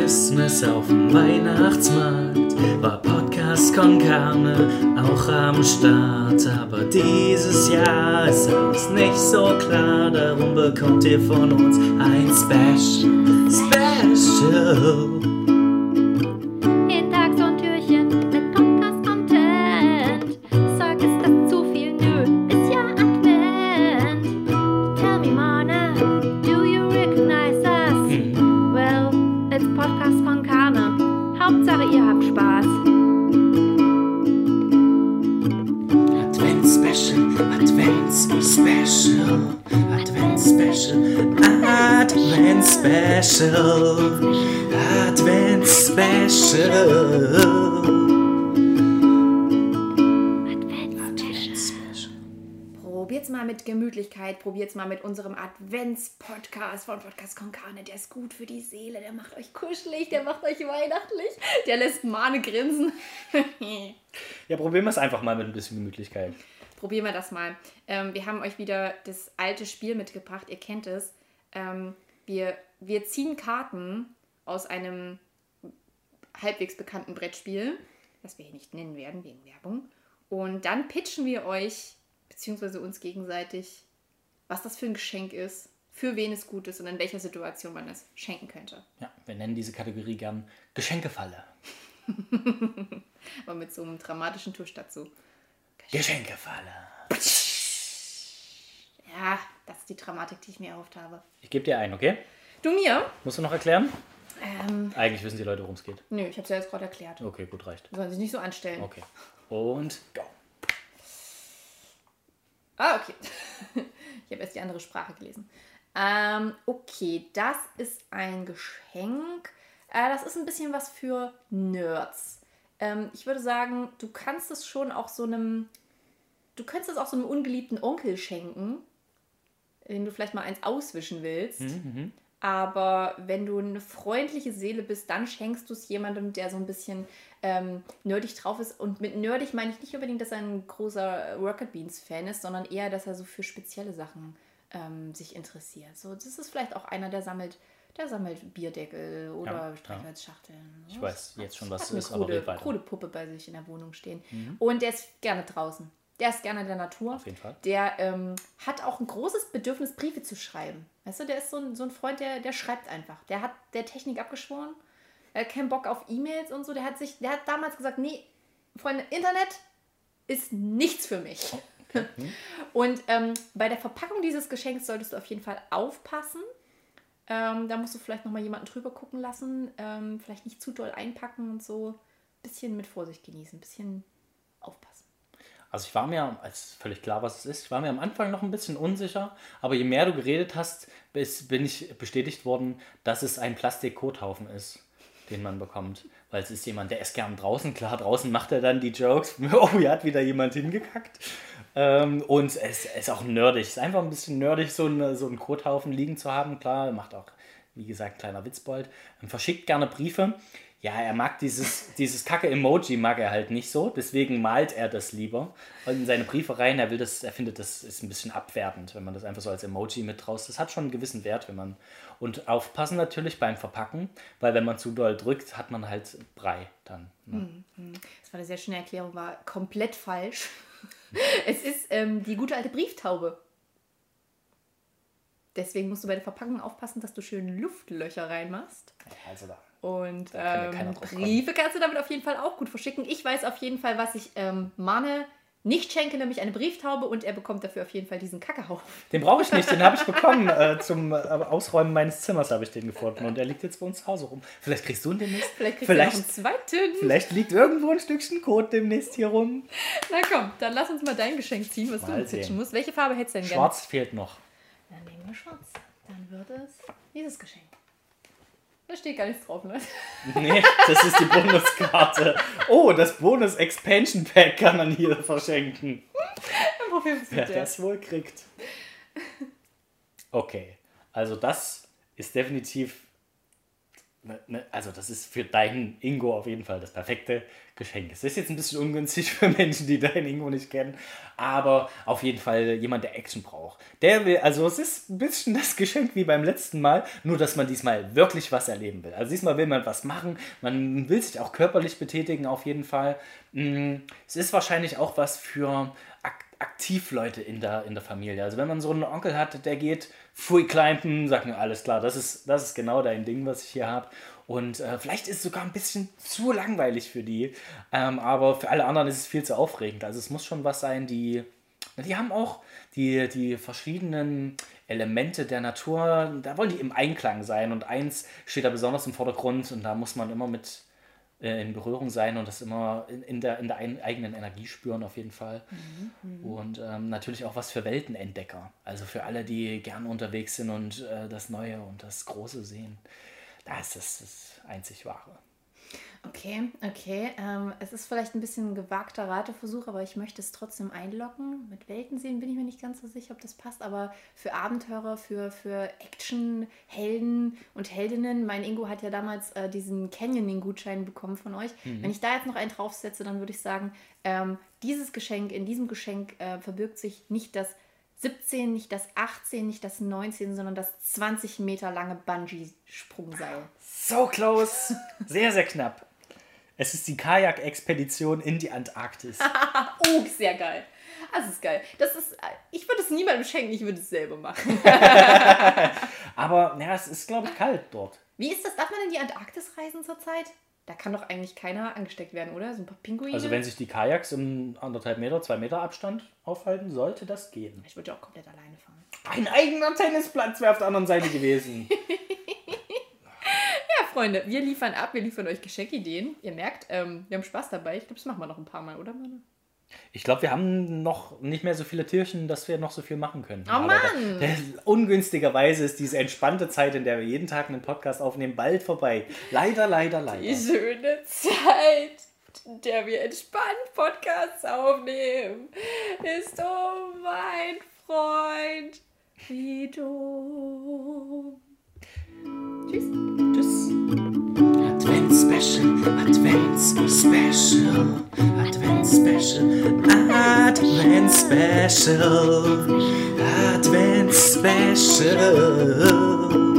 Christmas auf dem Weihnachtsmarkt war Podcast con Carne auch am Start. Aber dieses Jahr ist alles nicht so klar, darum bekommt ihr von uns ein Special. Jeden Tag so ein Türchen mit Podcast-Content. Sag, ist das zu viel? Nö, ist ja Advent. Tell me, Mona, do you recognize us? Well, it's Podcast con Carne. Hauptsache, ihr habt Spaß. Advents-Special, Advents-Special, Advents-Special, Advents-Special, Advents-Special. Probiert's mal mit Gemütlichkeit, probiert's mal mit unserem Advents-Podcast von Podcast con Carne. Der ist gut für die Seele, der macht euch kuschelig, der macht euch weihnachtlich, der lässt Mane grinsen. Ja, probieren wir es einfach mal mit ein bisschen Gemütlichkeit. Probieren wir das mal. Wir haben euch wieder das alte Spiel mitgebracht, ihr kennt es. Wir ziehen Karten aus einem halbwegs bekannten Brettspiel, das wir hier nicht nennen werden wegen Werbung. Und dann pitchen wir euch, beziehungsweise uns gegenseitig, was das für ein Geschenk ist, für wen es gut ist und in welcher Situation man es schenken könnte. Ja, wir nennen diese Kategorie gern Geschenkefalle. Aber mit so einem dramatischen Tusch dazu. Geschenkefalle. Ja, das ist die Dramatik, die ich mir erhofft habe. Ich gebe dir einen, okay? Du mir? Musst du noch erklären? Eigentlich wissen die Leute, worum es geht. Nö, ich habe es ja jetzt gerade erklärt. Okay, gut, reicht. Sollen sich nicht so anstellen. Okay. Und go. Okay. Ich habe erst die andere Sprache gelesen. Okay, das ist ein Geschenk. Das ist ein bisschen was für Nerds. Ich würde sagen, du kannst es schon auch so einem ungeliebten Onkel schenken, den du vielleicht mal eins auswischen willst. Aber wenn du eine freundliche Seele bist, dann schenkst du es jemandem, der so ein bisschen nerdig drauf ist. Und mit nerdig meine ich nicht unbedingt, dass er ein großer Rocket Beans Fan ist, sondern eher, dass er so für spezielle Sachen sich interessiert. So, das ist vielleicht auch einer, der sammelt Bierdeckel oder Streichholzschachteln. Ich weiß jetzt schon, was es Hat ist, eine aber red weiter. krude Puppe bei sich in der Wohnung stehen. Und der ist gerne draußen. Der ist gerne in der Natur. Auf jeden Fall. Der hat auch ein großes Bedürfnis, Briefe zu schreiben. Weißt du, der ist so ein Freund, der schreibt einfach. Der hat der Technik abgeschworen. Er hat keinen Bock auf E-Mails und so. Der hat damals gesagt, nee, Freunde, Internet ist nichts für mich. Okay. Und bei der Verpackung dieses Geschenks solltest du auf jeden Fall aufpassen. Da musst du vielleicht nochmal jemanden drüber gucken lassen. Vielleicht nicht zu doll einpacken und so. Bisschen mit Vorsicht genießen. Bisschen aufpassen. Also ich war mir, als völlig klar, was es ist, ich war mir am Anfang noch ein bisschen unsicher, aber je mehr du geredet hast, bin ich bestätigt worden, dass es ein Plastik-Kothaufen ist, den man bekommt. Weil es ist jemand, der ist gern draußen, klar, draußen macht er dann die Jokes, oh, hier hat wieder jemand hingekackt. Und es ist auch nerdig, es ist einfach ein bisschen nerdig, so einen Kothaufen liegen zu haben, klar, macht auch, wie gesagt, kleiner Witzbold, verschickt gerne Briefe. Ja, er mag dieses Kacke-Emoji mag er halt nicht so, deswegen malt er das lieber in seine Briefe rein. Er findet, das ist ein bisschen abwertend, wenn man das einfach so als Emoji mit raus. Das hat schon einen gewissen Wert, und aufpassen natürlich beim Verpacken, weil wenn man zu doll drückt, hat man halt Brei dann. Ne? Das war eine sehr schöne Erklärung, war komplett falsch. Es ist die gute alte Brieftaube. Deswegen musst du bei der Verpackung aufpassen, dass du schön Luftlöcher reinmachst. Also da. Und kann ja keiner drauf Briefe kannst du damit auf jeden Fall auch gut verschicken. Ich weiß auf jeden Fall, was ich Mane nicht schenke, nämlich eine Brieftaube, und er bekommt dafür auf jeden Fall diesen Kackehaufen. Den brauche ich nicht, den habe ich bekommen. Zum Ausräumen meines Zimmers habe ich den gefunden und er liegt jetzt bei uns zu Hause rum. Vielleicht kriegst du ihn demnächst. Vielleicht kriegst du noch einen zweiten. Vielleicht liegt irgendwo ein Stückchen Kot demnächst hier rum. Na komm, dann lass uns mal dein Geschenk ziehen, was Mal du uns sehen. pitchen musst. Welche Farbe hättest du denn gerne? Schwarz fehlt noch. Dann nehmen wir schwarz. Dann wird es dieses Geschenk. Da steht gar nichts drauf, ne? Nee, das ist die Bonuskarte. Oh, das Bonus-Expansion-Pack kann man hier verschenken. Dann probieren wir es Wer mit der. das wohl kriegt. Okay, also das ist definitiv, also das ist für deinen Ingo auf jeden Fall das perfekte Geschenk ist. Das ist jetzt ein bisschen ungünstig für Menschen, die dein Ingo nicht kennen, aber auf jeden Fall jemand, der Action braucht. Der will, also es ist ein bisschen das Geschenk wie beim letzten Mal, nur dass man diesmal wirklich was erleben will. Also diesmal will man was machen, man will sich auch körperlich betätigen auf jeden Fall. Es ist wahrscheinlich auch was für Aktivleute in der Familie. Also wenn man so einen Onkel hat, der geht Free Climben, sagt man, alles klar, das ist genau dein Ding, was ich hier habe. Und vielleicht ist es sogar ein bisschen zu langweilig für die, aber für alle anderen ist es viel zu aufregend. Also es muss schon was sein, die haben auch die verschiedenen Elemente der Natur, da wollen die im Einklang sein und eins steht da besonders im Vordergrund und da muss man immer mit in Berührung sein und das immer in der eigenen Energie spüren auf jeden Fall. Und natürlich auch was für Weltenentdecker, also für alle, die gern unterwegs sind und das Neue und das Große sehen. Das ist das einzig Wahre. Okay. Es ist vielleicht ein bisschen ein gewagter Rateversuch, aber ich möchte es trotzdem einloggen. Mit Weltensehen bin ich mir nicht ganz so sicher, ob das passt, aber für Abenteurer, für Action-Helden und Heldinnen, mein Ingo hat ja damals diesen Canyoning-Gutschein bekommen von euch. Wenn ich da jetzt noch einen draufsetze, dann würde ich sagen, in diesem Geschenk verbirgt sich nicht das 17, nicht das 18, nicht das 19, sondern das 20 Meter lange Bungee-Sprungseil. So close! Sehr, sehr knapp. Es ist die Kajak-Expedition in die Antarktis. Oh, sehr geil. Das ist geil. Ich würde es niemandem schenken, ich würde es selber machen. Aber ja, es ist, glaube ich, kalt dort. Wie ist das? Darf man in die Antarktis reisen zurzeit? Da kann doch eigentlich keiner angesteckt werden, oder? So ein paar Pinguine? Also wenn sich die Kajaks im 1,5 Meter, 2 Meter Abstand aufhalten, sollte das gehen. Ich würde ja auch komplett alleine fahren. Ein eigener Tennisplatz wäre auf der anderen Seite gewesen. Ja, Freunde, wir liefern ab, wir liefern euch Geschenkideen. Ihr merkt, wir haben Spaß dabei. Ich glaube, das machen wir noch ein paar Mal, oder, Mann? Ich glaube, wir haben noch nicht mehr so viele Türchen, dass wir noch so viel machen können. Oh Mann! Ungünstigerweise ist diese entspannte Zeit, in der wir jeden Tag einen Podcast aufnehmen, bald vorbei. Leider. Die schöne Zeit, in der wir entspannt Podcasts aufnehmen, ist, oh mein Freund, wie du. Tschüss. Tschüss. Advents-Special, Advents-Special, Advents-Special, Advents-Special, Advents-Special.